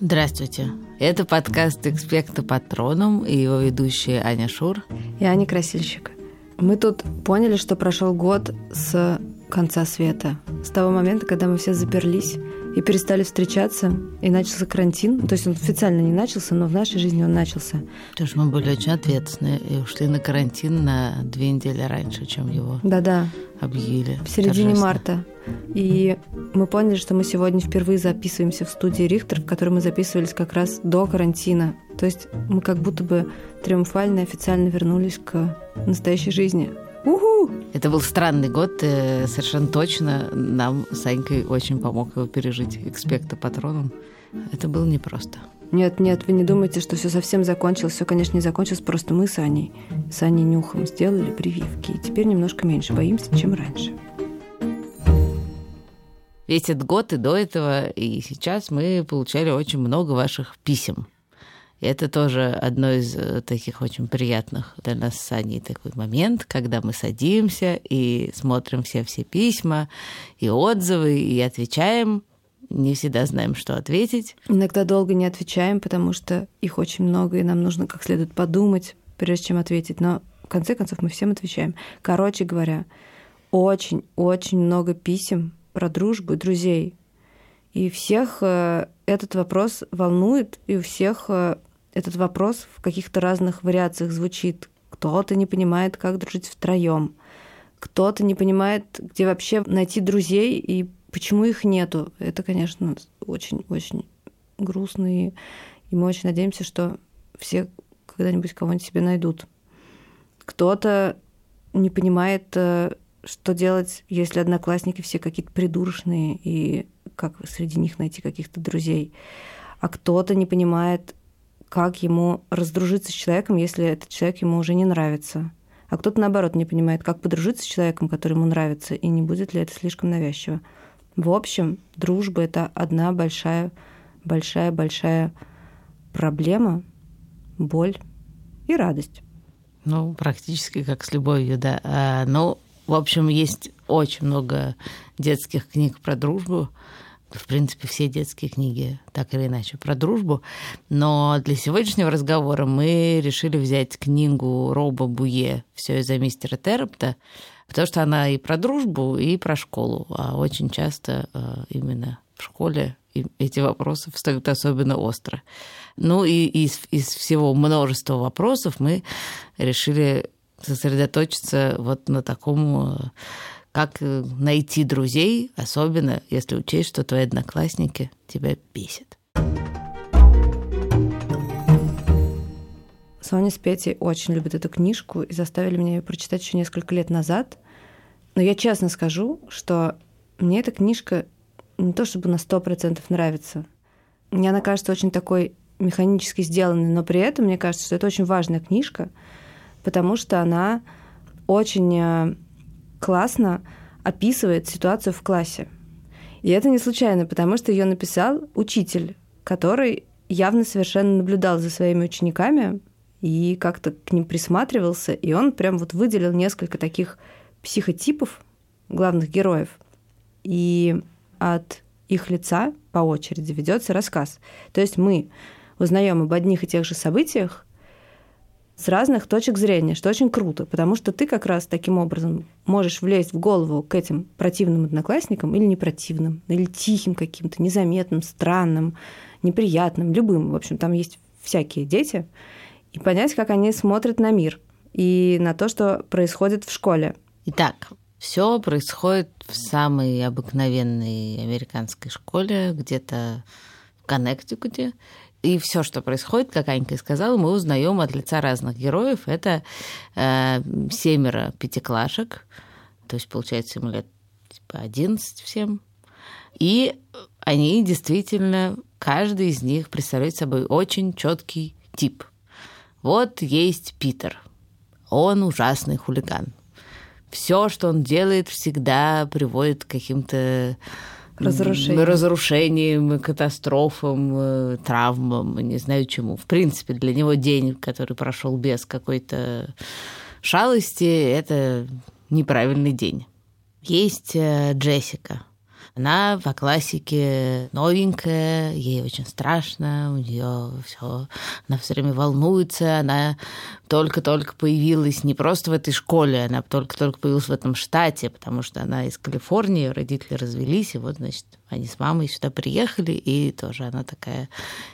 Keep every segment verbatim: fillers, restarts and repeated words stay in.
Здравствуйте. Это подкаст «Экспекто Патронум» и его ведущие Аня Шур и Аня Красильщик. Мы тут поняли, что прошел год с конца света, с того момента, когда мы все заперлись и перестали встречаться, и начался карантин. То есть он официально не начался, но в нашей жизни он начался. Потому что мы были очень ответственны и ушли на карантин на две недели раньше, чем его Да-да. объявили. В середине марта. И мы поняли, что мы сегодня впервые записываемся в студии Рихтер, в которой мы записывались как раз до карантина. То есть мы как будто бы триумфально и официально вернулись к настоящей жизни. У-ху! Это был странный год, и совершенно точно нам с Анькой очень помог его пережить «Экспекто Патронум». Это было непросто. Нет, нет, вы не думайте, что все совсем закончилось. Все, конечно, не закончилось, просто мы с Аней, с Аней Нюхом сделали прививки, и теперь немножко меньше боимся, чем раньше. Весь этот год и до этого, и сейчас мы получали очень много ваших писем. И это тоже одно из таких очень приятных для нас с Аней такой момент, когда мы садимся и смотрим все-все письма и отзывы, и отвечаем. Не всегда знаем, что ответить. Иногда долго не отвечаем, потому что их очень много, и нам нужно как следует подумать, прежде чем ответить. Но в конце концов мы всем отвечаем. Короче говоря, очень-очень много писем про дружбу и друзей. И всех этот вопрос волнует, и у всех этот вопрос в каких-то разных вариациях звучит. Кто-то не понимает, как дружить втроем, кто-то не понимает, где вообще найти друзей и почему их нету. Это, конечно, очень-очень грустно, и мы очень надеемся, что все когда-нибудь кого-нибудь себе найдут. Кто-то не понимает, что делать, если одноклассники все какие-то придурочные, и как среди них найти каких-то друзей. А кто-то не понимает, как ему раздружиться с человеком, если этот человек ему уже не нравится. А кто-то, наоборот, не понимает, как подружиться с человеком, который ему нравится, и не будет ли это слишком навязчиво. В общем, дружба — это одна большая, большая, большая проблема, боль и радость. Ну, практически как с любовью, да. А, ну, в общем, есть очень много детских книг про дружбу. В принципе, все детские книги так или иначе про дружбу. Но для сегодняшнего разговора мы решили взять книгу Роба Буе «Все из-за мистера Террапта», потому что она и про дружбу, и про школу. А очень часто именно в школе эти вопросы встают особенно остро. Ну и из, из всего множества вопросов мы решили сосредоточиться вот на таком... Как найти друзей, особенно если учесть, что твои одноклассники тебя бесят. Соня с Петей очень любят эту книжку и заставили меня ее прочитать еще несколько лет назад. Но я честно скажу, что мне эта книжка не то чтобы на сто процентов нравится. Мне она кажется очень такой механически сделанной, но при этом мне кажется, что это очень важная книжка, потому что она очень... классно описывает ситуацию в классе. И это не случайно, потому что ее написал учитель, который явно совершенно наблюдал за своими учениками и как-то к ним присматривался, и он прям вот выделил несколько таких психотипов главных героев. И от их лица по очереди ведется рассказ. То есть мы узнаем об одних и тех же событиях с разных точек зрения, что очень круто, потому что ты как раз таким образом можешь влезть в голову к этим противным одноклассникам или не противным, или тихим каким-то, незаметным, странным, неприятным, любым. В общем, там есть всякие дети, и понять, как они смотрят на мир и на то, что происходит в школе. Итак, все происходит в самой обыкновенной американской школе, где-то в Коннектикуте. И все, что происходит, как Анька и сказала, мы узнаем от лица разных героев. Это э, семеро пятиклашек, то есть, получается, ему лет типа одиннадцать всем. И они действительно, каждый из них представляет собой очень четкий тип. Вот есть Питер. Он ужасный хулиган. Все, что он делает, всегда приводит к каким-то... Разрушением. разрушением, катастрофам, травмам, не знаю чему. В принципе, для него день, который прошел без какой-то шалости, это неправильный день. Есть Джессика. Она по классике новенькая, ей очень страшно, у нее все, она все время волнуется, она только-только появилась не просто в этой школе, она только-только появилась в этом штате, потому что она из Калифорнии, родители развелись, и вот, значит, они с мамой сюда приехали, и тоже она такая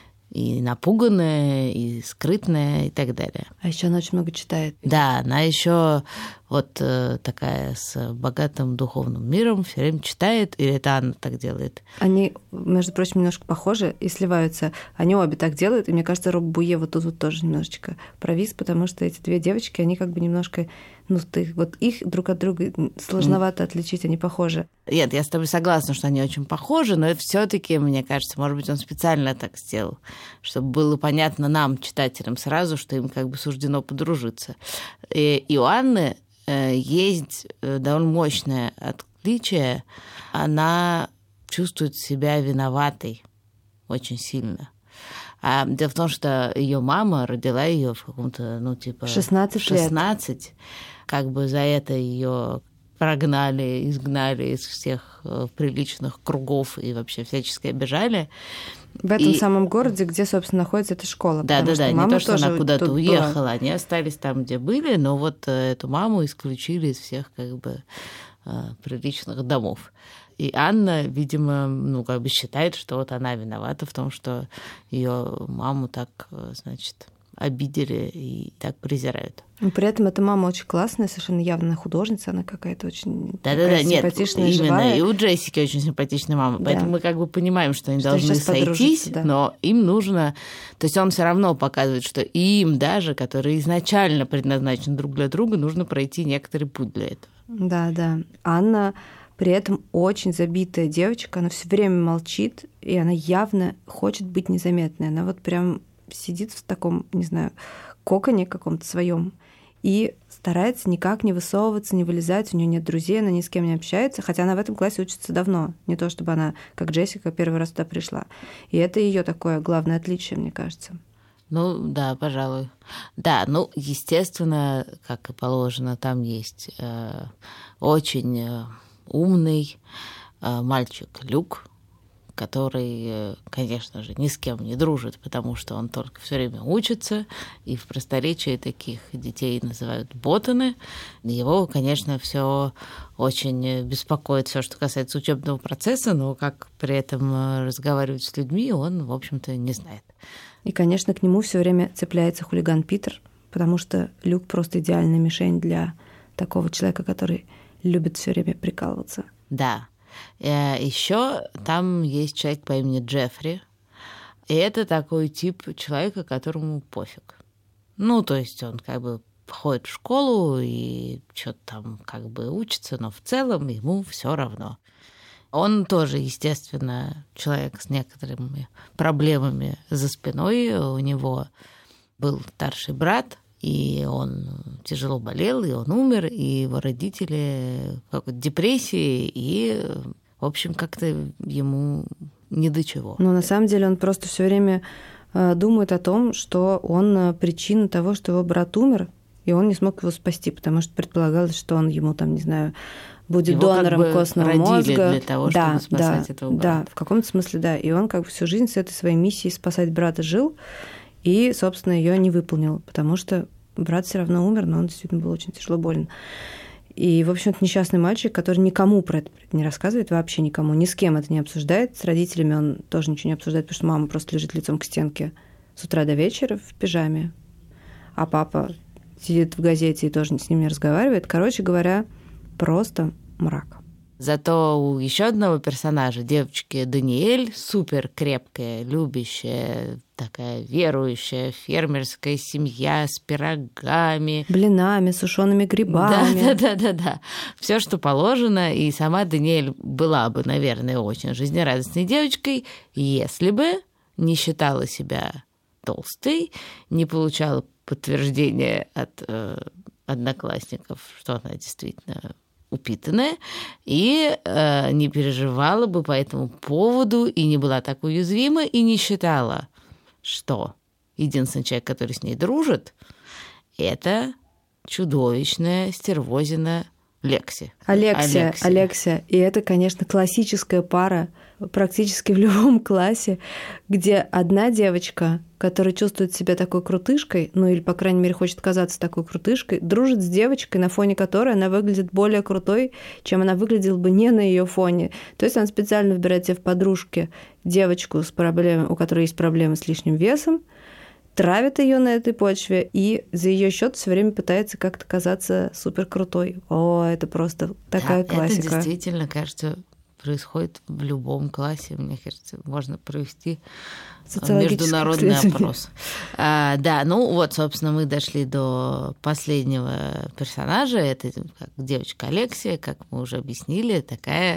и напуганная, и скрытная, и так далее. А еще она очень много читает. Да, она еще вот э, такая с богатым духовным миром, все время читает, или это Анна так делает? Они, между прочим, немножко похожи и сливаются. Они обе так делают, и мне кажется, Роб Буе вот тут вот тоже немножечко провис, потому что эти две девочки, они как бы немножко, ну, ты, вот их друг от друга сложновато mm. отличить, они похожи. Нет, я с тобой согласна, что они очень похожи, но все-таки, мне кажется, может быть, он специально так сделал, чтобы было понятно нам, читателям, сразу, что им как бы суждено подружиться. И, и у Анны есть довольно мощное отличие. Она чувствует себя виноватой очень сильно. А дело в том, что ее мама родила ее в каком-то, ну, типа... шестнадцать лет. шестнадцать. Как бы за это ее прогнали, изгнали из всех приличных кругов и вообще всячески обижали. В этом и... самом городе, где, собственно, находится эта школа. Да, да, да. Не то, что она куда-то уехала, была. Они остались там, где были, но вот эту маму исключили из всех как бы приличных домов. И Анна, видимо, ну, как бы считает, что вот она виновата в том, что ее маму так, значит, обидели и так презирают. Но при этом эта мама очень классная, совершенно явная художница, она какая-то очень да, да, да, симпатичная, нет, живая. Именно, и у Джессики очень симпатичная мама, да. Поэтому мы как бы понимаем, что они что должны сойтись, да. Но им нужно... То есть он все равно показывает, что им даже, которые изначально предназначены друг для друга, нужно пройти некоторый путь для этого. Да, да. Анна при этом очень забитая девочка, она все время молчит, и она явно хочет быть незаметной. Она вот прям сидит в таком, не знаю, коконе каком-то своем и старается никак не высовываться, не вылезать. У нее нет друзей, она ни с кем не общается, хотя она в этом классе учится давно. Не то чтобы она, как Джессика, первый раз туда пришла. И это ее такое главное отличие, мне кажется. Ну, да, пожалуй. Да, ну, естественно, как и положено, там есть э, очень э, умный э, мальчик Люк, который, конечно же, ни с кем не дружит, потому что он только все время учится, и в просторечии таких детей называют ботаны. Его, конечно, все очень беспокоит, все, что касается учебного процесса, но как при этом разговаривать с людьми, он, в общем-то, не знает. И, конечно, к нему все время цепляется хулиган Питер, потому что Люк просто идеальная мишень для такого человека, который любит все время прикалываться. Да. Еще там есть человек по имени Джеффри, и это такой тип человека, которому пофиг. Ну, то есть он как бы ходит в школу и что-то там как бы учится, но в целом ему все равно. Он тоже, естественно, человек с некоторыми проблемами за спиной. У него был старший брат, и он тяжело болел, и он умер, и его родители в какой-то депрессии, и, в общем, как-то ему ни до чего. Но на самом деле он просто все время думает о том, что он причина того, что его брат умер, и он не смог его спасти, потому что предполагалось, что он ему там, не знаю, будет его донором как бы костного мозга. Для того, да, чтобы спасать да, этого брата. Да, в каком-то смысле, да. И он как бы всю жизнь с этой своей миссией спасать брата жил, и, собственно, ее не выполнил, потому что брат все равно умер, но он действительно был очень тяжело болен. И, в общем-то, несчастный мальчик, который никому про это не рассказывает, вообще никому, ни с кем это не обсуждает. С родителями он тоже ничего не обсуждает, потому что мама просто лежит лицом к стенке с утра до вечера в пижаме, а папа сидит в газете и тоже с ним не разговаривает. Короче говоря, просто мрак. Зато у еще одного персонажа, девочки Даниэль, супер крепкая, любящая, такая верующая, фермерская семья с пирогами, блинами, сушеными грибами. Да, да, да, да, да. Все, что положено. И сама Даниэль была бы, наверное, очень жизнерадостной девочкой, если бы не считала себя толстой, не получала подтверждения от э, одноклассников, что она действительно упитанная, и э, не переживала бы по этому поводу, и не была так уязвима, и не считала, что единственный человек, который с ней дружит, это чудовищная стервозина Лекси. Алексия, Алексия. Алексия. И это, конечно, классическая пара практически в любом классе, где одна девочка, которая чувствует себя такой крутышкой, ну или, по крайней мере, хочет казаться такой крутышкой, дружит с девочкой, на фоне которой она выглядит более крутой, чем она выглядела бы не на ее фоне. То есть она специально выбирает себе в подружке девочку, с проблем... у которой есть проблемы с лишним весом, травит ее на этой почве и за ее счет все время пытается как-то казаться супер крутой. О, это просто такая да, классика. Это действительно, кажется, происходит в любом классе. Мне кажется, можно провести международный опрос. А, да, ну вот, собственно, мы дошли до последнего персонажа. Это как девочка Алексия, как мы уже объяснили, такая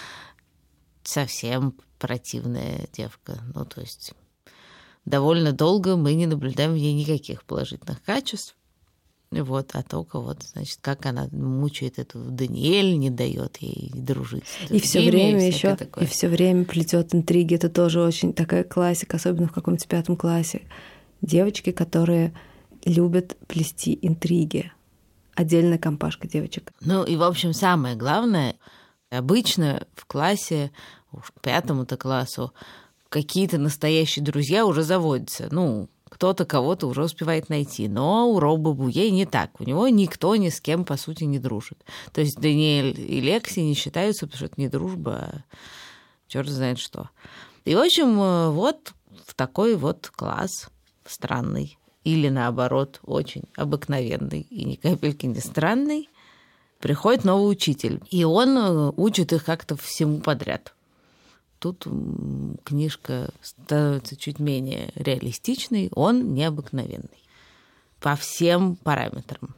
совсем противная девка. Ну, то есть довольно долго мы не наблюдаем в ней никаких положительных качеств. Вот, а только вот, значит, как она мучает эту Даниэль, не дает ей дружить. И все время еще, и все время плетет интриги. Это тоже очень такая классика, особенно в каком-то пятом классе. Девочки, которые любят плести интриги. Отдельная компашка девочек. Ну и, в общем, самое главное, обычно в классе, уж к пятому-то классу, какие-то настоящие друзья уже заводятся. Ну, кто-то кого-то уже успевает найти. Но у Роба Буе не так. У него никто ни с кем, по сути, не дружит. То есть Даниэль и Лекси не считаются, потому что это не дружба, а черт знает что. И, в общем, вот в такой вот класс странный. Или, наоборот, очень обыкновенный и ни капельки не странный, приходит новый учитель. И он учит их как-то всему подряд. Тут книжка становится чуть менее реалистичной, он необыкновенный. По всем параметрам.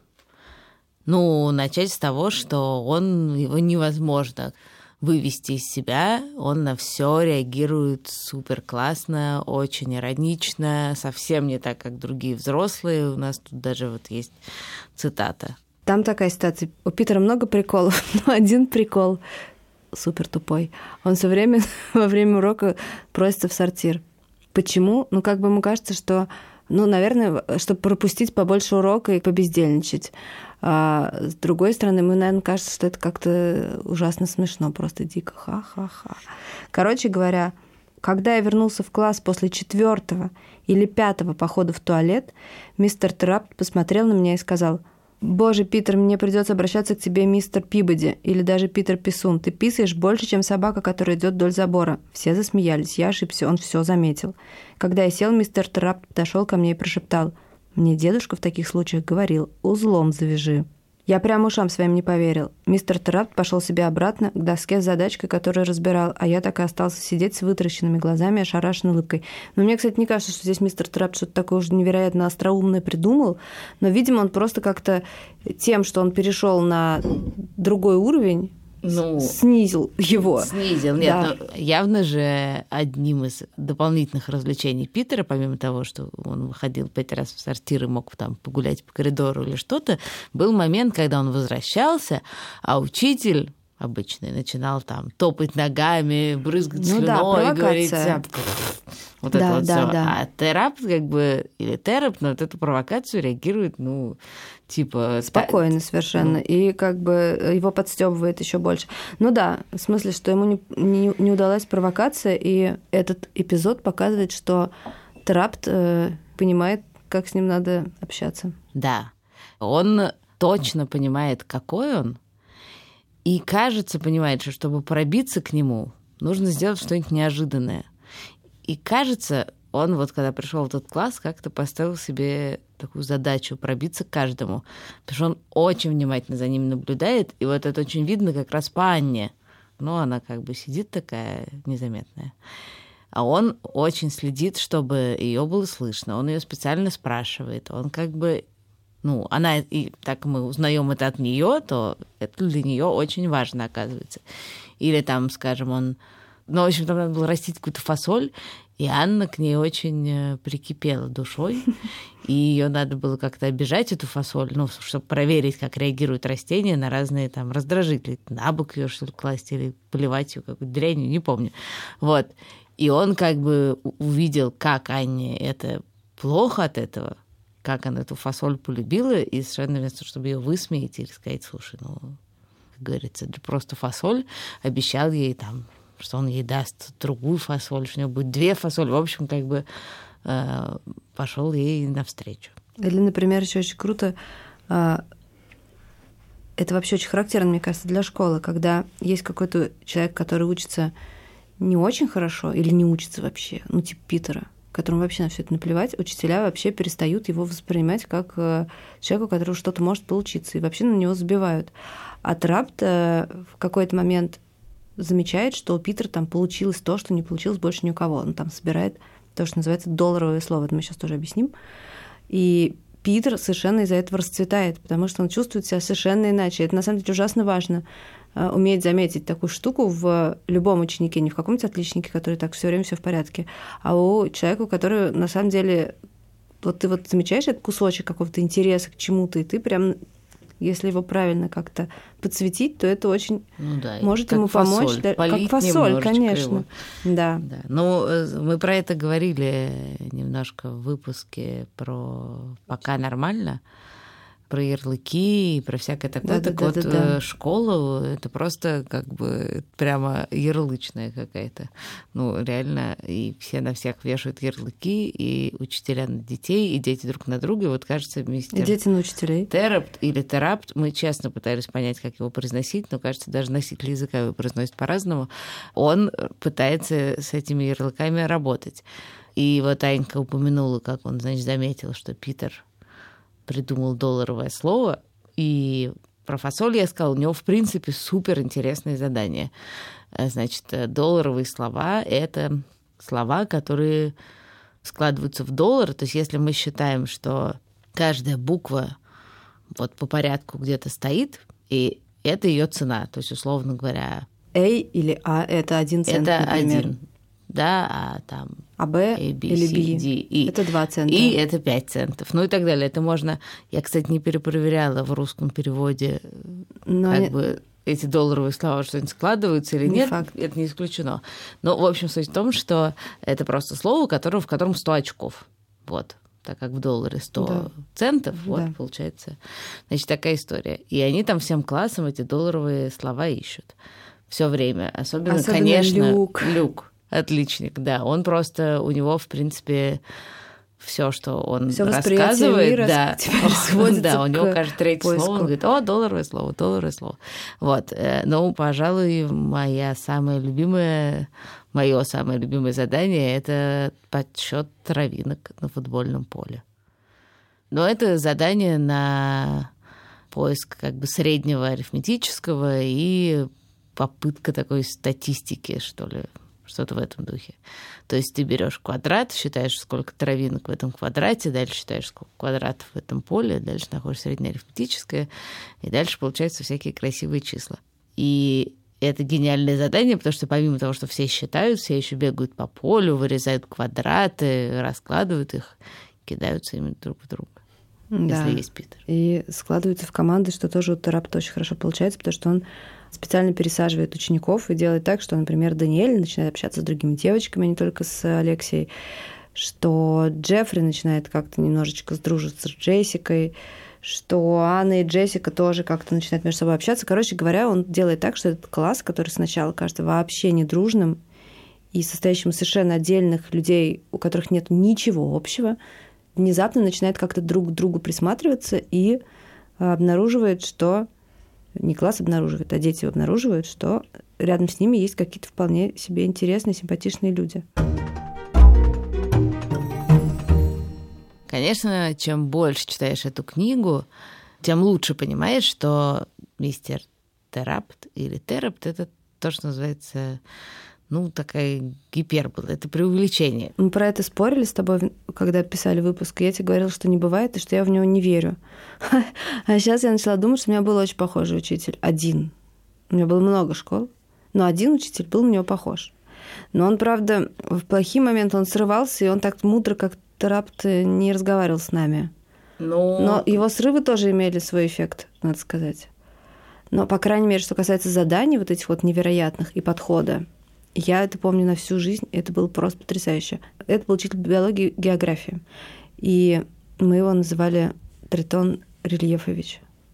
Ну, начать с того, что он, его невозможно вывести из себя, он на все реагирует супер классно, очень иронично, совсем не так, как другие взрослые. У нас тут даже вот есть цитата. Там такая ситуация. У Питера много приколов, но один прикол супер тупой. Он все время во время урока просится в сортир. Почему? Ну, как бы ему кажется, что, ну, наверное, чтобы пропустить побольше урока и побездельничать. А с другой стороны, ему, наверное, кажется, что это как-то ужасно смешно, просто дико. Ха-ха-ха. Короче говоря, когда я вернулся в класс после четвертого или пятого похода в туалет, мистер Трапт посмотрел на меня и сказал: «Боже, Питер, мне придется обращаться к тебе, мистер Пибоди, или даже Питер Писун. Ты писаешь больше, чем собака, которая идет вдоль забора». Все засмеялись. Я ошибся, он все заметил. Когда я сел, мистер Трапт подошел ко мне и прошептал: «Мне дедушка в таких случаях говорил: узлом завяжи». Я прямо ушам своим не поверил. Мистер Трапт пошел себе обратно к доске с задачкой, которую разбирал, а я так и остался сидеть с вытаращенными глазами и ошарашенной улыбкой. Но мне, кстати, не кажется, что здесь мистер Трапт что-то такое уже невероятно остроумное придумал, но, видимо, он просто как-то тем, что он перешел на другой уровень, ну, снизил его. Снизил, нет. Да. Но явно же одним из дополнительных развлечений Питера, помимо того, что он выходил пять раз в сортир и мог там погулять по коридору или что-то, был момент, когда он возвращался, а учитель обычный начинал там топать ногами, брызгать ну слюной, да, говорить... Вот да, это вот да, все. Да. А терапт, как бы, или терапт на вот эту провокацию реагирует, ну, типа... Спокойно совершенно. Ну. И как бы его подстёбывает еще больше. Ну да, в смысле, что ему не, не, не удалась провокация, и этот эпизод показывает, что терапт э, понимает, как с ним надо общаться. Да. Он точно понимает, какой он, и, кажется, понимает, что чтобы пробиться к нему, нужно сделать что-нибудь неожиданное. И, кажется, он вот когда пришел в тот класс, как-то поставил себе такую задачу пробиться к каждому, потому что он очень внимательно за ними наблюдает, и вот это очень видно как раз по Анне. Ну, она как бы сидит такая незаметная. А он очень следит, чтобы ее было слышно. Он ее специально спрашивает. Он как бы... Ну, она, и так мы узнаем это от нее, то это для нее очень важно, оказывается. Или там, скажем, он... Ну, в общем, там надо было растить какую-то фасоль, и Анна к ней очень прикипела душой, и ее надо было как-то обижать, эту фасоль, ну, чтобы проверить, как реагируют растения на разные там раздражители. На бок ее, что ли, класть или поливать ее какой-то дрянью, не помню. Вот. И он как бы увидел, как Анне это плохо от этого, как она эту фасоль полюбила, и совершенно вместо того, чтобы ее высмеять или сказать: слушай, ну, как говорится, просто фасоль, обещал ей там, что он ей даст другую фасоль, что у него будет две фасоли. В общем, как бы э, пошел ей навстречу. Или, например, еще очень круто, э, это вообще очень характерно, мне кажется, для школы, когда есть какой-то человек, который учится не очень хорошо или не учится вообще, ну, типа Питера, которому вообще на все это наплевать, учителя вообще перестают его воспринимать как человека, у которого что-то может получиться, и вообще на него забивают. А Терапт в какой-то момент замечает, что у Питера там получилось то, что не получилось больше ни у кого. Он там собирает то, что называется долларовое слово. Это мы сейчас тоже объясним. И Питер совершенно из-за этого расцветает, потому что он чувствует себя совершенно иначе. Это на самом деле ужасно важно. Уметь заметить такую штуку в любом ученике, не в каком-то отличнике, который так все время все в порядке, а у человека, который на самом деле... Вот ты вот замечаешь этот кусочек какого-то интереса к чему-то, и ты прям... Если его правильно как-то подсветить, то это очень ну, да, может ему помочь. Фасоль. Как фасоль, конечно. Его. Да. Да. Ну, мы про это говорили немножко в выпуске про «Пока нормально», про ярлыки и про всякое такое. Да, так да, вот, да, да. школа — это просто как бы прямо ярлычная какая-то. Ну, реально, и все на всех вешают ярлыки, и учителя на детей, и дети друг на друга. И вот, кажется, мистер... И дети на учителей. Терапт или Терапт, мы честно пытались понять, как его произносить, но, кажется, даже носитель языка его произносит по-разному. Он пытается с этими ярлыками работать. И вот Анька упомянула, как он, значит, заметил, что Питер придумал долларовое слово, и про фасоль я сказала, у него, в принципе, супер интересное задание. Значит, долларовые слова — это слова, которые складываются в доллар. То есть если мы считаем, что каждая буква вот по порядку где-то стоит, и это ее цена. То есть, условно говоря... A или A — это один цент, это например. один, да, а там... А Б A, B, или C, B D, E. Это два цента. И это пять центов. Ну и так далее. Это можно... Я, кстати, не перепроверяла в русском переводе, Но как не... бы эти долларовые слова что-нибудь складываются или не нет. Факт. Это не исключено. Но, в общем, суть в том, что это просто слово, которое, в котором сто очков. Вот. Так как в долларе сто да. центов, вот, да. получается. Значит, такая история. И они там всем классом эти долларовые слова ищут. Все время. Особенно, Особенно конечно, Люк. Люк. Отличник, да. Он просто, у него, в принципе, все, что он всё рассказывает, мира да, да, у него каждое третье поиску. слово, он говорит, о, долларовое слово, долларовое слово. Вот. Ну, пожалуй, моя самая любимая, мое самое любимое задание — это подсчет травинок на футбольном поле. Но это задание на поиск как бы среднего арифметического и попытка такой статистики, что ли, что-то в этом духе. То есть ты берешь квадрат, считаешь, сколько травинок в этом квадрате, дальше считаешь, сколько квадратов в этом поле, дальше находишь среднее арифметическое, и дальше получаются всякие красивые числа. И это гениальное задание, потому что помимо того, что все считают, все еще бегают по полю, вырезают квадраты, раскладывают их, кидаются ими друг в друга. Да. Если есть Питер. И складываются в команды, что тоже у Терапта очень хорошо получается, потому что он специально пересаживает учеников и делает так, что, например, Даниэль начинает общаться с другими девочками, а не только с Алексией, что Джеффри начинает как-то немножечко сдружиться с Джессикой, что Анна и Джессика тоже как-то начинают между собой общаться. Короче говоря, он делает так, что этот класс, который сначала кажется вообще недружным и состоящим из совершенно отдельных людей, у которых нет ничего общего, внезапно начинает как-то друг к другу присматриваться и обнаруживает, что не класс обнаруживает, а дети обнаруживают, что рядом с ними есть какие-то вполне себе интересные, симпатичные люди. Конечно, чем больше читаешь эту книгу, тем лучше понимаешь, что мистер Терапт или Терапт — это то, что называется, ну, такая гипербола, это преувеличение. Мы про это спорили с тобой, когда писали выпуск, и я тебе говорила, что не бывает, и что я в него не верю. А сейчас я начала думать, что у меня был очень похожий учитель. Один. У меня было много школ, но один учитель был на него похож. Но он, правда, в плохие моменты он срывался, и он так мудро, как Терапт, не разговаривал с нами. Но... но его срывы тоже имели свой эффект, надо сказать. Но, по крайней мере, что касается заданий вот этих вот невероятных и подхода, я это помню на всю жизнь, это было просто потрясающе. Это был учитель биологии и географии. И мы его называли Тритон Рельефович.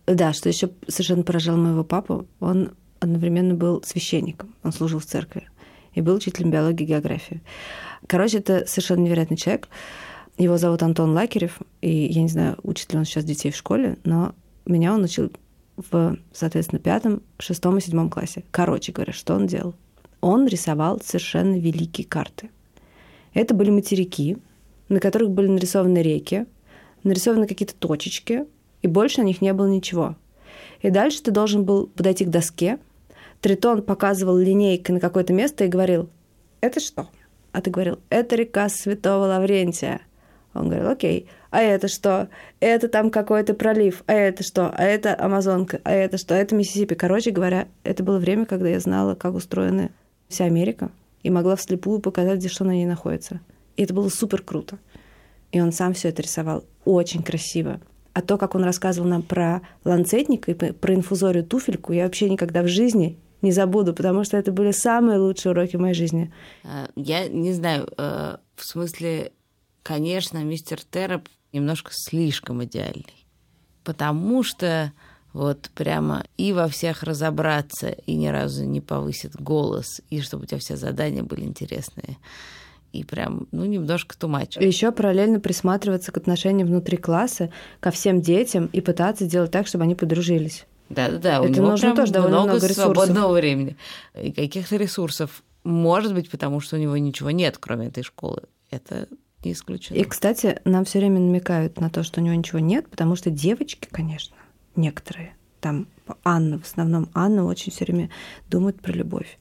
Да, что еще совершенно поражало моего папу, он одновременно был священником, он служил в церкви и был учителем биологии и географии. Короче, это совершенно невероятный человек. Его зовут Антон Лакерев, и я не знаю, учит ли он сейчас детей в школе, но меня он учил в, соответственно, пятом, шестом и седьмом классе. Короче говоря, что он делал? Он рисовал совершенно великие карты. Это были материки, на которых были нарисованы реки, нарисованы какие-то точечки, и больше на них не было ничего. И дальше ты должен был подойти к доске. Тритон показывал линейкой на какое-то место и говорил: «Это что?» А ты говорил: «Это река Святого Лаврентия». Он говорил: «Окей, а это что? Это там какой-то пролив, а это что? А это Амазонка, а это что? А это Миссисипи». Короче говоря, это было время, когда я знала, как устроена вся Америка, и могла вслепую показать, где что на ней находится. И это было супер круто. И он сам все это рисовал очень красиво. А то, как он рассказывал нам про ланцетника и про инфузорию туфельку, я вообще никогда в жизни не забуду, потому что это были самые лучшие уроки в моей жизни. Я не знаю, в смысле, конечно, мистер Терреп немножко слишком идеальный, потому что вот прямо и во всех разобраться, и ни разу не повысит голос, и чтобы у тебя все задания были интересные. И прям, ну, немножко тумач. И еще параллельно присматриваться к отношениям внутри класса, ко всем детям, и пытаться сделать так, чтобы они подружились. Да-да-да, у это него нужно прям тоже довольно много, много ресурсов. Свободного времени. И каких-то ресурсов. Может быть, потому что у него ничего нет, кроме этой школы. Это не исключено. И, кстати, нам все время намекают на то, что у него ничего нет, потому что девочки, конечно, некоторые, там Анна, в основном Анна очень все время думает про любовь.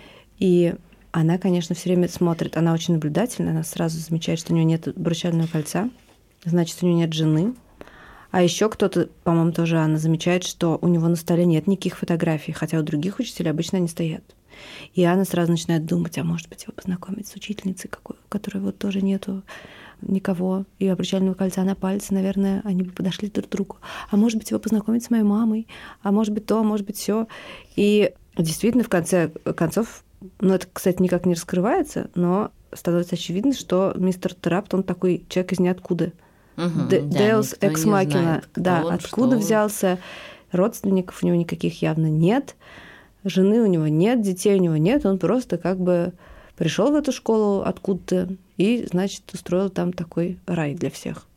И она, конечно, все время смотрит, она очень наблюдательна, она сразу замечает, что у нее нет обручального кольца, значит, у нее нет жены. А еще кто-то, по-моему, тоже Анна замечает, что у него на столе нет никаких фотографий, хотя у других учителей обычно они стоят. И Анна сразу начинает думать, а может быть, его познакомить с учительницей, какой, у которой вот тоже нету никого, и обручального кольца на пальце, наверное, они бы подошли друг к другу. А может быть, его познакомить с моей мамой, а может быть то, а может быть все. И действительно, в конце концов, ну, это, кстати, никак не раскрывается, но становится очевидно, что мистер Террап, он такой человек из ниоткуда. Угу, Deus да, ex machina. Да, он, откуда взялся, родственников у него никаких явно нет, жены у него нет, детей у него нет, он просто как бы пришел в эту школу откуда-то и, значит, устроил там такой рай для всех.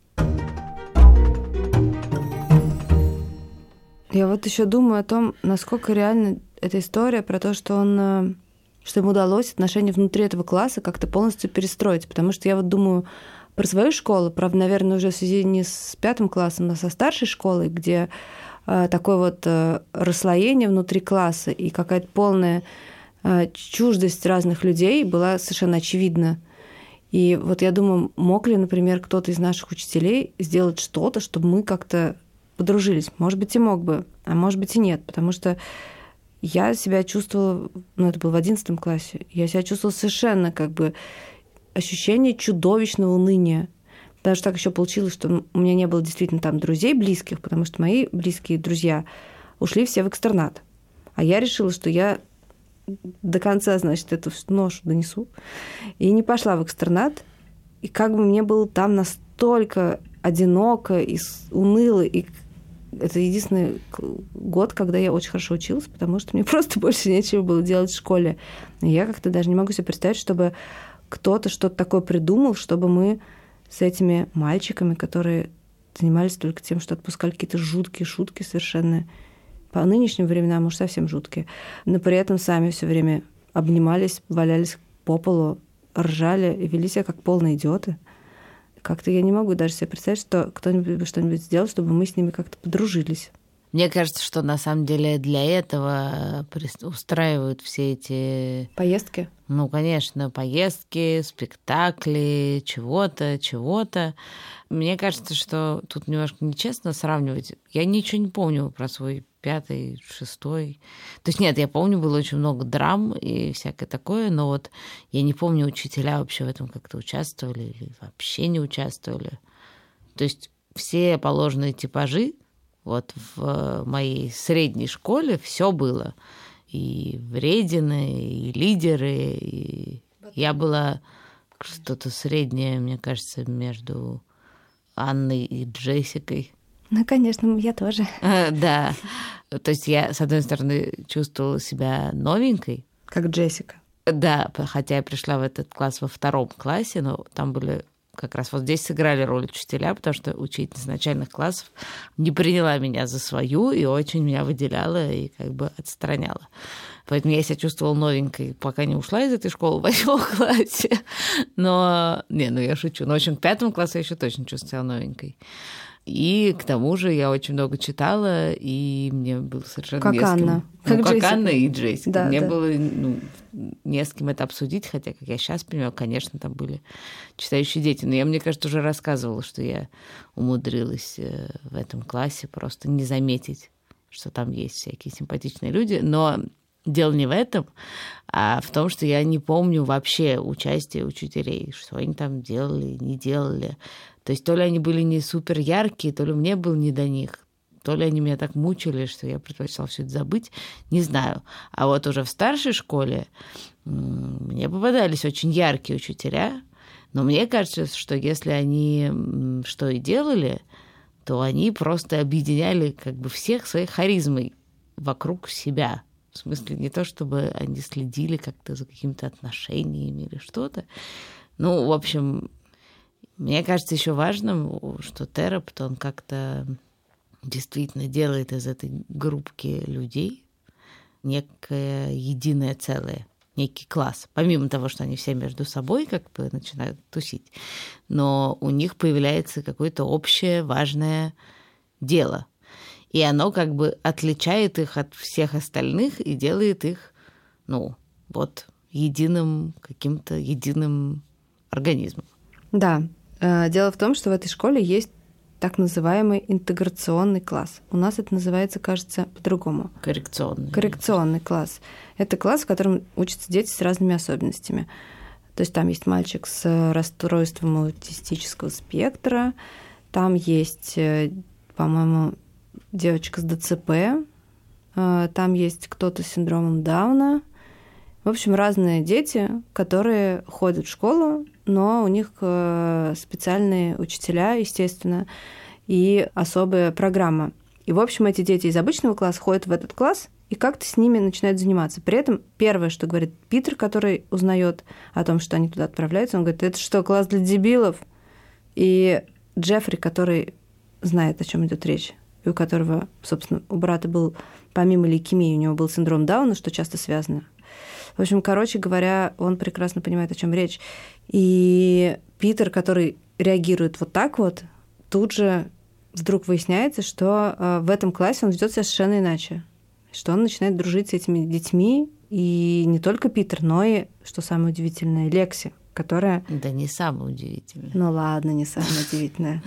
Я вот еще думаю о том, насколько реально эта история про то, что он, что ему удалось отношения внутри этого класса как-то полностью перестроить, потому что я вот думаю про свою школу, правда, наверное, уже в связи не с пятым классом, а со старшей школой, где э, такое вот э, расслоение внутри класса и какая-то полная э, чуждость разных людей была совершенно очевидна. И вот я думаю, мог ли, например, кто-то из наших учителей сделать что-то, чтобы мы как-то подружились? Может быть, и мог бы, а может быть, и нет, потому что я себя чувствовала, ну, это было в одиннадцатом классе, я себя чувствовала совершенно как бы ощущение чудовищного уныния. Потому что так еще получилось, что у меня не было действительно там друзей близких, потому что мои близкие друзья ушли все в экстернат. А я решила, что я до конца, значит, эту ношу донесу. И не пошла в экстернат. И как бы мне было там настолько одиноко и уныло. И это единственный год, когда я очень хорошо училась, потому что мне просто больше нечего было делать в школе. И я как-то даже не могу себе представить, чтобы кто-то что-то такое придумал, чтобы мы с этими мальчиками, которые занимались только тем, что отпускали какие-то жуткие шутки совершенно по нынешним временам уж совсем жуткие, но при этом сами все время обнимались, валялись по полу, ржали и вели себя как полные идиоты. Как-то я не могу даже себе представить, что кто-нибудь бы что-нибудь сделал, чтобы мы с ними как-то подружились. Мне кажется, что на самом деле для этого устраивают все эти... Поездки? Ну, конечно, поездки, спектакли, чего-то, чего-то. Мне кажется, что тут немножко нечестно сравнивать. Я ничего не помню про свой пятый, шестой. То есть нет, я помню, было очень много драм и всякое такое, но вот я не помню, учителя вообще в этом как-то участвовали или вообще не участвовали. То есть все положенные типажи вот в моей средней школе все было. И вредины, и лидеры. И я была что-то среднее, мне кажется, между Анной и Джессикой. Ну, конечно, я тоже. Да. То есть я, с одной стороны, чувствовала себя новенькой. Как Джессика. Да, хотя я пришла в этот класс во втором классе, но там были как раз вот здесь сыграли роль учителя, потому что учительница начальных классов не приняла меня за свою и очень меня выделяла и как бы отстраняла. Поэтому я себя чувствовала новенькой, пока не ушла из этой школы в восьмом классе. Но, не, ну я шучу. Но, в общем, к пятому классу я еще точно чувствовала новенькой. И к тому же я очень много читала, и мне было совершенно как не с кем... Анна. Ну, как, как Джессика. Анна и Джессика. Да, мне да. было ну, не с кем это обсудить, хотя, как я сейчас понимаю, конечно, там были читающие дети. Но я, мне кажется, уже рассказывала, что я умудрилась в этом классе просто не заметить, что там есть всякие симпатичные люди. Но дело не в этом, а в том, что я не помню вообще участия учителей, что они там делали, не делали. То есть то ли они были не супер яркие, то ли мне было не до них, то ли они меня так мучили, что я предпочитала все это забыть, не знаю. А вот уже в старшей школе мне попадались очень яркие учителя, но мне кажется, что если они что и делали, то они просто объединяли как бы всех своей харизмой вокруг себя. В смысле, не то, чтобы они следили как-то за какими-то отношениями или что-то. Ну, в общем, мне кажется еще важным, что терапевт, он как-то действительно делает из этой группки людей некое единое целое, некий класс. Помимо того, что они все между собой как бы начинают тусить, но у них появляется какое-то общее важное дело. И оно как бы отличает их от всех остальных и делает их, ну, вот, единым, каким-то единым организмом. Да. Дело в том, что в этой школе есть так называемый интеграционный класс. У нас это называется, кажется, по-другому. Коррекционный. Коррекционный класс. Это класс, в котором учатся дети с разными особенностями. То есть там есть мальчик с расстройством аутистического спектра, там есть, по-моему, девочка с ДЦП, там есть кто-то с синдромом Дауна. В общем, разные дети, которые ходят в школу, но у них специальные учителя, естественно, и особая программа. И, в общем, эти дети из обычного класса ходят в этот класс и как-то с ними начинают заниматься. При этом первое, что говорит Питер, который узнает о том, что они туда отправляются, он говорит: это что, класс для дебилов? И Джеффри, который знает, о чем идет речь, и у которого, собственно, у брата был, помимо лейкемии, у него был синдром Дауна, что часто связано. В общем, короче говоря, он прекрасно понимает, о чем речь. И Питер, который реагирует вот так вот, тут же вдруг выясняется, что в этом классе он ведет себя совершенно иначе. Что он начинает дружить с этими детьми. И не только Питер, но и, что самое удивительное, Лекси, которая... Да не самое удивительное. Ну ладно, не самое удивительное.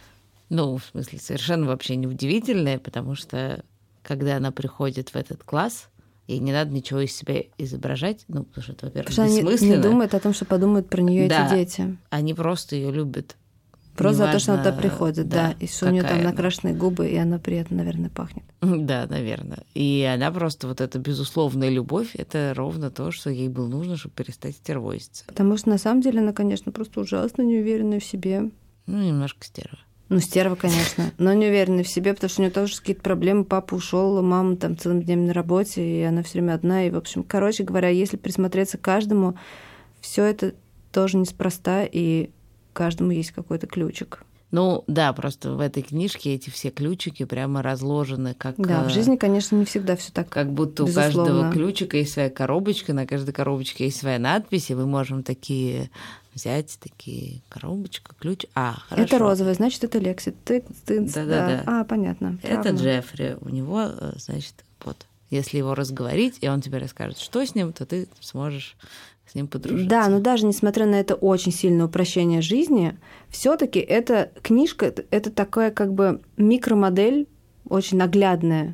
Ну, в смысле, совершенно вообще не удивительное, потому что когда она приходит в этот класс, ей не надо ничего из себя изображать, ну, потому что это, во-первых, потому что бессмысленно. Она не думает о том, что подумают про нее да, эти дети. Они просто ее любят. Просто Неважно, за то, что она туда приходит, да, да и что у нее там она. накрашенные губы, и она при этом, наверное, пахнет. Да, наверное. И она просто, вот эта безусловная любовь, это ровно то, что ей было нужно, чтобы перестать стервозиться. Потому что, на самом деле, она, конечно, просто ужасно неуверенная в себе. Ну, немножко стерва. Ну, стерва, конечно, но не уверена в себе, потому что у нее тоже какие-то проблемы. Папа ушел, мама там целым днем на работе, и она все время одна. И, в общем, короче говоря, если присмотреться к каждому, все это тоже неспроста, и каждому есть какой-то ключик. Ну, да, просто в этой книжке эти все ключики прямо разложены как... Да, в жизни, конечно, не всегда все так. Как будто безусловно. У каждого ключика есть своя коробочка, на каждой коробочке есть своя надпись, и мы можем такие взять, такие коробочка, ключ. А, хорошо. Это розовая, значит, это Лекси. Ты, ты, Да-да-да. А, понятно. Это Травма. Джеффри. У него, значит, вот, если его разговорить, и он тебе расскажет, что с ним, то ты сможешь с ним подружиться. Да, но даже несмотря на это очень сильное упрощение жизни, все-таки эта книжка — это такая как бы микромодель, очень наглядная,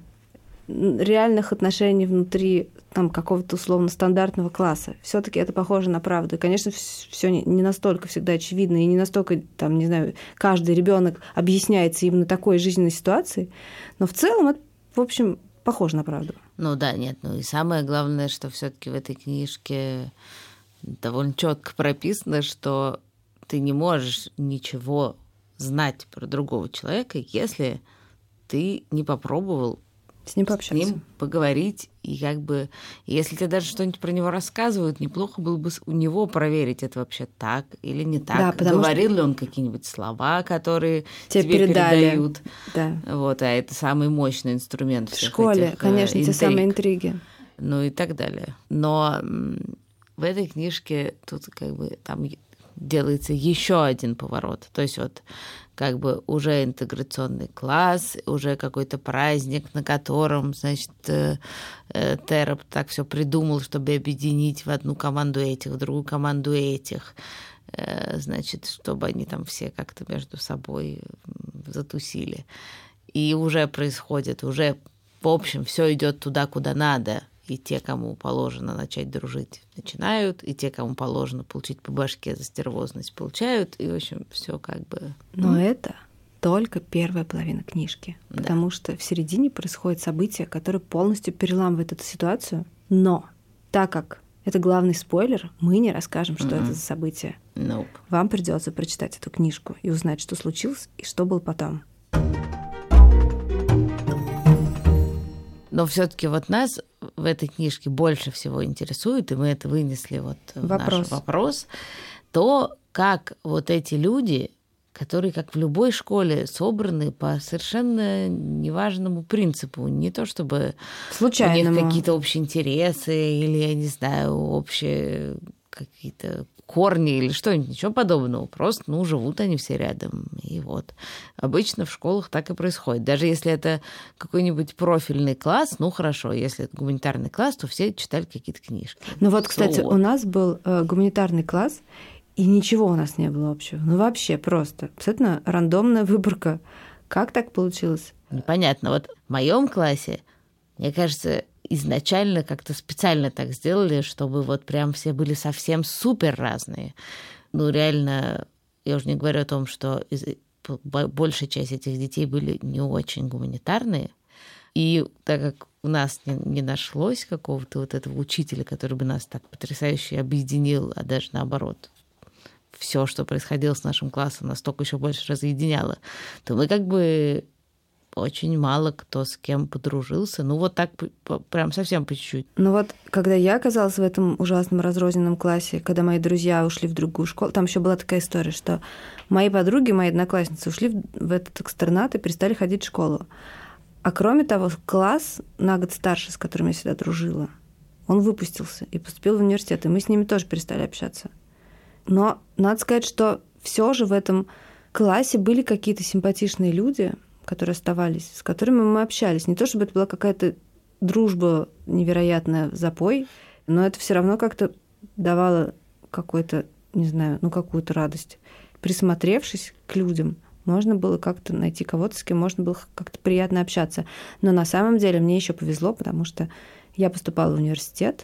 реальных отношений внутри там, какого-то условно стандартного класса. Все-таки это похоже на правду. И, конечно, все не настолько всегда очевидно, и не настолько, там, не знаю, каждый ребенок объясняется именно такой жизненной ситуацией. Но в целом это, в общем, похоже на правду. Ну да, нет, ну и самое главное, что все-таки в этой книжке довольно четко прописано, что ты не можешь ничего знать про другого человека, если ты не попробовал с ним пообщаться, с ним поговорить, и как бы, если тебе даже что-нибудь про него рассказывают, неплохо было бы у него проверить, это вообще так или не так. Да, говорил что... ли он какие-нибудь слова, которые тебе, тебе передают. Да. Вот, а это самый мощный инструмент всех в школе, этих, конечно, интриг. Те самые интриги. Ну и так далее. Но в этой книжке тут как бы там делается еще один поворот. То есть вот как бы уже интеграционный класс, уже какой-то праздник, на котором, значит, Терап так все придумал, чтобы объединить в одну команду этих, в другую команду этих, значит, чтобы они там все как-то между собой затусили. И уже происходит, уже, в общем, все идет туда, куда надо. И те, кому положено начать дружить, начинают, и те, кому положено получить по башке за стервозность, получают, и, в общем, все как бы... Но ну, это только первая половина книжки, да. Потому что в середине происходит событие, которое полностью переламывает эту ситуацию, но так как это главный спойлер, мы не расскажем, что mm-hmm. это за событие. Nope. Вам придется прочитать эту книжку и узнать, что случилось и что было потом. Но все-таки вот нас в этой книжке больше всего интересует, и мы это вынесли вот в вопрос. наш вопрос, то, как вот эти люди, которые, как в любой школе, собраны по совершенно неважному принципу. Не то чтобы случайному. У них какие-то общие интересы или, я не знаю, общие какие-то корни или что-нибудь, ничего подобного. Просто, ну, живут они все рядом. И вот. Обычно в школах так и происходит. Даже если это какой-нибудь профильный класс, ну, хорошо. Если это гуманитарный класс, то все читали какие-то книжки. Ну вот, кстати, so. у нас был э, гуманитарный класс, и ничего у нас не было общего. Ну, вообще просто. Абсолютно рандомная выборка. Как так получилось? Непонятно. Вот в моем классе, мне кажется, изначально как-то специально так сделали, чтобы вот прям все были совсем супер разные. Ну, реально, я уже не говорю о том, что из... большая часть этих детей были не очень гуманитарные. И так как у нас не, не нашлось какого-то вот этого учителя, который бы нас так потрясающе объединил, а даже наоборот, все, что происходило с нашим классом, настолько еще больше разъединяло, то мы как бы очень мало кто с кем подружился. Ну, вот так прям совсем по чуть-чуть. Ну вот, когда я оказалась в этом ужасном разрозненном классе, когда мои друзья ушли в другую школу, там еще была такая история, что мои подруги, мои одноклассницы ушли в этот экстернат и перестали ходить в школу. А кроме того, класс на год старше, с которым я всегда дружила, он выпустился и поступил в университет, и мы с ними тоже перестали общаться. Но надо сказать, что все же в этом классе были какие-то симпатичные люди, которые оставались, с которыми мы общались. Не то чтобы это была какая-то дружба невероятная в запой, но это все равно как-то давало какой-то, не знаю, ну какую-то радость. Присмотревшись к людям, можно было как-то найти кого-то, с кем можно было как-то приятно общаться. Но на самом деле мне еще повезло, потому что я поступала в университет,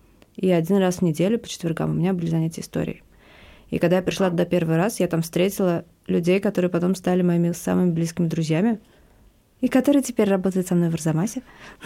и один раз в неделю по четвергам у меня были занятия историей. И когда я пришла туда первый раз, я там встретила людей, которые потом стали моими самыми близкими друзьями, и которые теперь работают со мной в Арзамасе.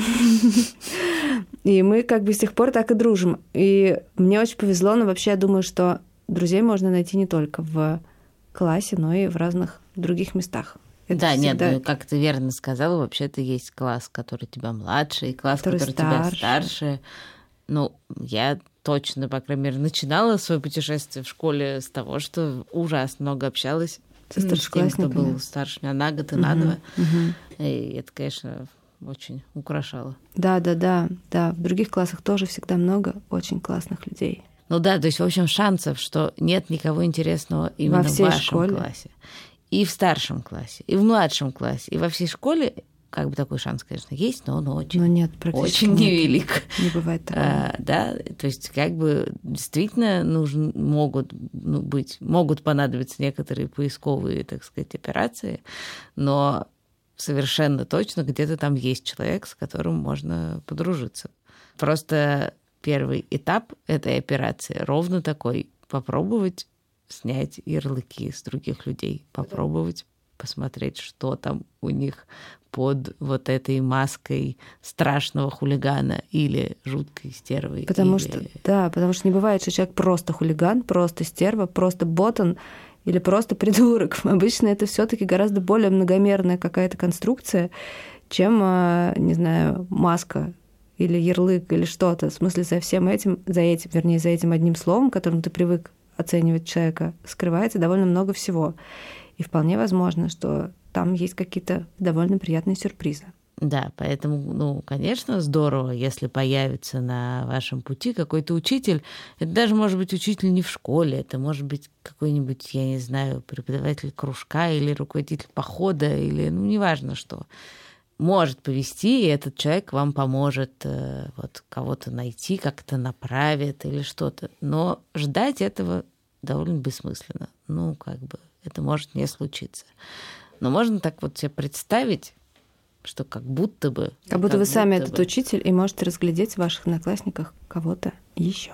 И мы как бы с тех пор так и дружим. И мне очень повезло, но вообще я думаю, что друзей можно найти не только в классе, но и в разных других местах. Это да, всегда... нет, ну, как ты верно сказала, вообще-то есть класс, который тебя младше, и класс, который, который тебя старше. Ну, я точно, по крайней мере, начинала свое путешествие в школе с того, что ужасно много общалась со с тем, кто был старше меня на год и uh-huh, на два. Uh-huh. И это, конечно, очень украшало. Да, да, да, да. В других классах тоже всегда много очень классных людей. Ну да, то есть, в общем, шансов, что нет никого интересного именно во всей в вашем школе. классе. И в старшем классе, и в младшем классе, и во всей школе. Как бы такой шанс, конечно, есть, но он очень, но нет, очень невелик. Не бывает такого. А, да, то есть как бы действительно нужен, могут ну, быть, могут понадобиться некоторые поисковые, так сказать, операции, но совершенно точно где-то там есть человек, с которым можно подружиться. Просто первый этап этой операции ровно такой: попробовать снять ярлыки с других людей, попробовать посмотреть, что там у них под вот этой маской страшного хулигана или жуткой стервы. Потому или... что, да, потому что не бывает, что человек просто хулиган, просто стерва, просто ботан, или просто придурок. Обычно это все-таки гораздо более многомерная какая-то конструкция, чем, не знаю, маска или ярлык или что-то. В смысле, за всем этим, за этим, вернее, за этим одним словом, которым ты привык оценивать человека, скрывается довольно много всего. И вполне возможно, что там есть какие-то довольно приятные сюрпризы. Да, поэтому, ну, конечно, здорово, если появится на вашем пути какой-то учитель. Это даже может быть учитель не в школе, это может быть какой-нибудь, я не знаю, преподаватель кружка или руководитель похода, или, ну, неважно что. Может повести, и этот человек вам поможет э, вот, кого-то найти, как-то направит или что-то. Но ждать этого довольно бессмысленно. Ну, как бы, это может не случиться. Но можно так вот себе представить, что как будто бы... Как будто как вы будто сами бы... этот учитель и можете разглядеть в ваших одноклассниках кого-то еще.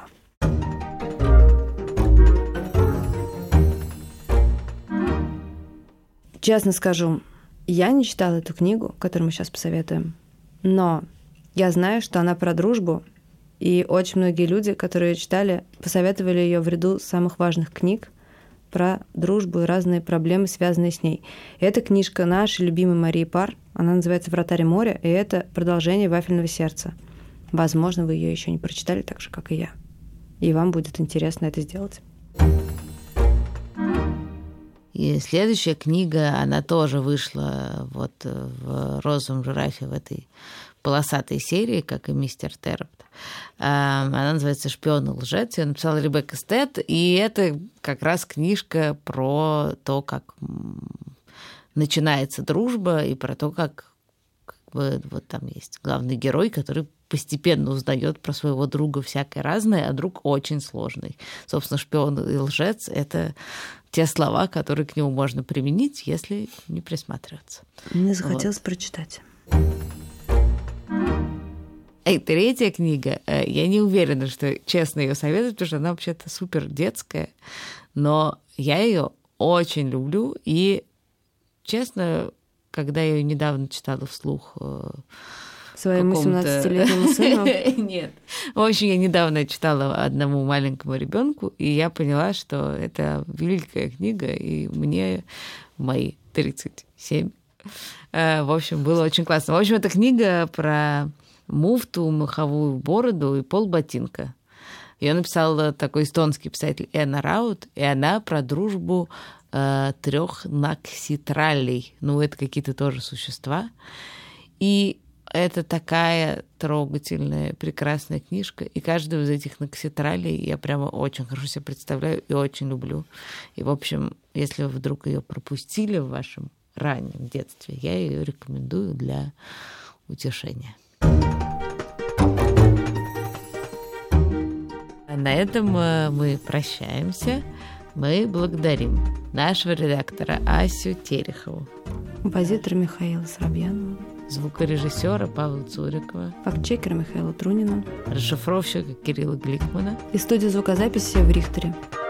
Честно скажу, я не читала эту книгу, которую мы сейчас посоветуем, но я знаю, что она про дружбу, и очень многие люди, которые ее читали, посоветовали ее в ряду самых важных книг про дружбу и разные проблемы, связанные с ней. Это книжка нашей любимой Марии Пар. Она называется «Вратарь моря», и это продолжение «Вафельного сердца». Возможно, вы ее еще не прочитали так же, как и я. И вам будет интересно это сделать. И следующая книга, она тоже вышла вот в «Розовом жирафе» в этой полосатой серии, как и «Мистер Террапт». Она называется «Шпион и лжец». Ее написала Ребекка Стед, и это как раз книжка про то, как начинается дружба, и про то, как, как бы, вот там есть главный герой, который постепенно узнает про своего друга всякое разное, а друг очень сложный. Собственно, «Шпион и лжец» — это те слова, которые к нему можно применить, если не присматриваться. Мне захотелось вот. прочитать. И третья книга, я не уверена, что честно ее советую, потому что она вообще-то супер детская, но я ее очень люблю, и, честно, когда я ее недавно читала вслух своему семнадцатилетнему сыну? Нет. В общем, я недавно читала одному маленькому ребенку, и я поняла, что это великая книга, и мне в мои тридцать семь, в общем, было очень классно. В общем, это книга про муфту, меховую бороду и полботинка. Ее написал такой эстонский писатель Эна Раут, и она про дружбу э, трех накситралей. Ну, это какие-то тоже существа. И это такая трогательная, прекрасная книжка. И каждую из этих накситралей я прямо очень хорошо себе представляю и очень люблю. И, в общем, если вы вдруг ее пропустили в вашем раннем детстве, я ее рекомендую для утешения. На этом мы прощаемся. Мы благодарим нашего редактора Асю Терехову, композитора Михаила Соробьянова, звукорежиссера Павла Цурикова, фактчекера Михаила Трунина, расшифровщика Кирилла Гликмана и студию звукозаписи в Рихтере.